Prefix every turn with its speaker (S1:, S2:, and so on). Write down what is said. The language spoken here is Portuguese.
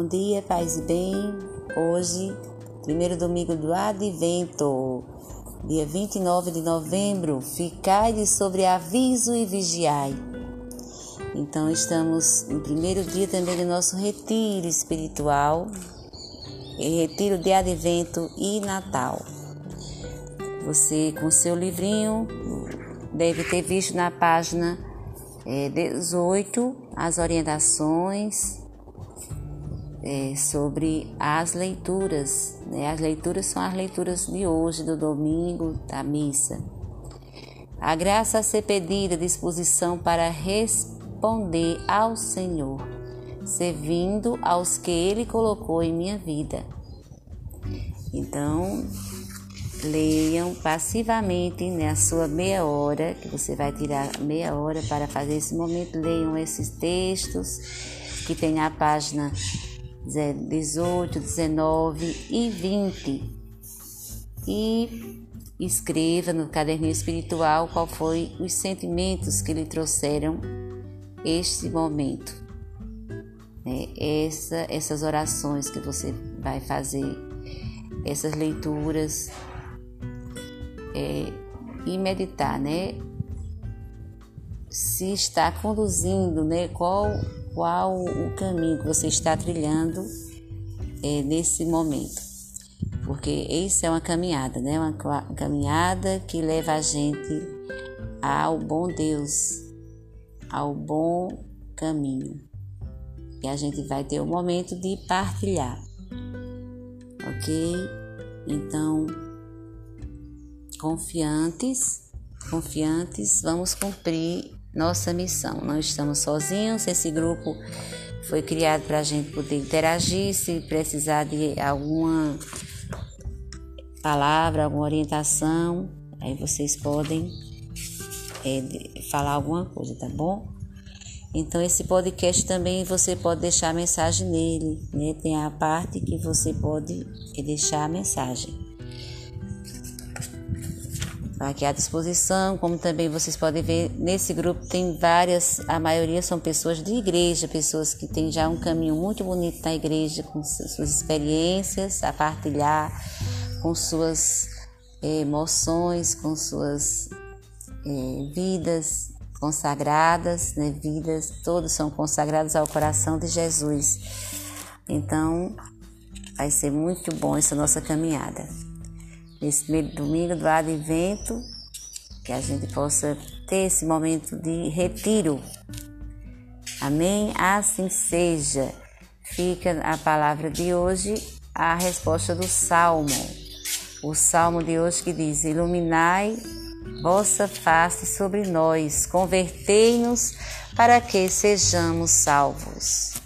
S1: Bom dia, paz e bem. Hoje, primeiro domingo do Advento, dia 29 de novembro, ficai sobre aviso e vigiai. Então, estamos no primeiro dia também do nosso retiro espiritual, retiro de Advento e Natal. Você, com seu livrinho, deve ter visto na página 18 as orientações sobre as leituras. As leituras são as leituras de hoje, do domingo, da missa. A graça a ser pedida, disposição para responder ao Senhor, servindo aos que Ele colocou em minha vida. Então, leiam passivamente na sua meia hora, que você vai tirar meia hora para fazer esse momento. Leiam esses textos que tem a página 18, 19 e 20 e escreva no caderninho espiritual qual foi os sentimentos que lhe trouxeram este momento. Essas orações que você vai fazer, essas leituras, e meditar, se está conduzindo, qual o caminho que você está trilhando nesse momento, porque isso é uma caminhada, uma caminhada que leva a gente ao bom Deus, ao bom caminho, e a gente vai ter o momento de partilhar, ok? Então, confiantes, vamos cumprir nossa missão. Não estamos sozinhos, esse grupo foi criado para a gente poder interagir. Se precisar de alguma palavra, alguma orientação, aí vocês podem falar alguma coisa, tá bom? Então, esse podcast também você pode deixar mensagem nele, Tem a parte que você pode deixar a mensagem aqui à disposição. Como também vocês podem ver, nesse grupo tem a maioria são pessoas de igreja, pessoas que têm já um caminho muito bonito na igreja, com suas experiências a partilhar, com suas emoções, com suas vidas consagradas, vidas, todos são consagrados ao coração de Jesus. Então, vai ser muito bom essa nossa caminhada. Nesse primeiro domingo do Advento, que a gente possa ter esse momento de retiro. Amém? Assim seja. Fica a palavra de hoje, a resposta do Salmo. O Salmo de hoje que diz: iluminai vossa face sobre nós, convertei-nos para que sejamos salvos.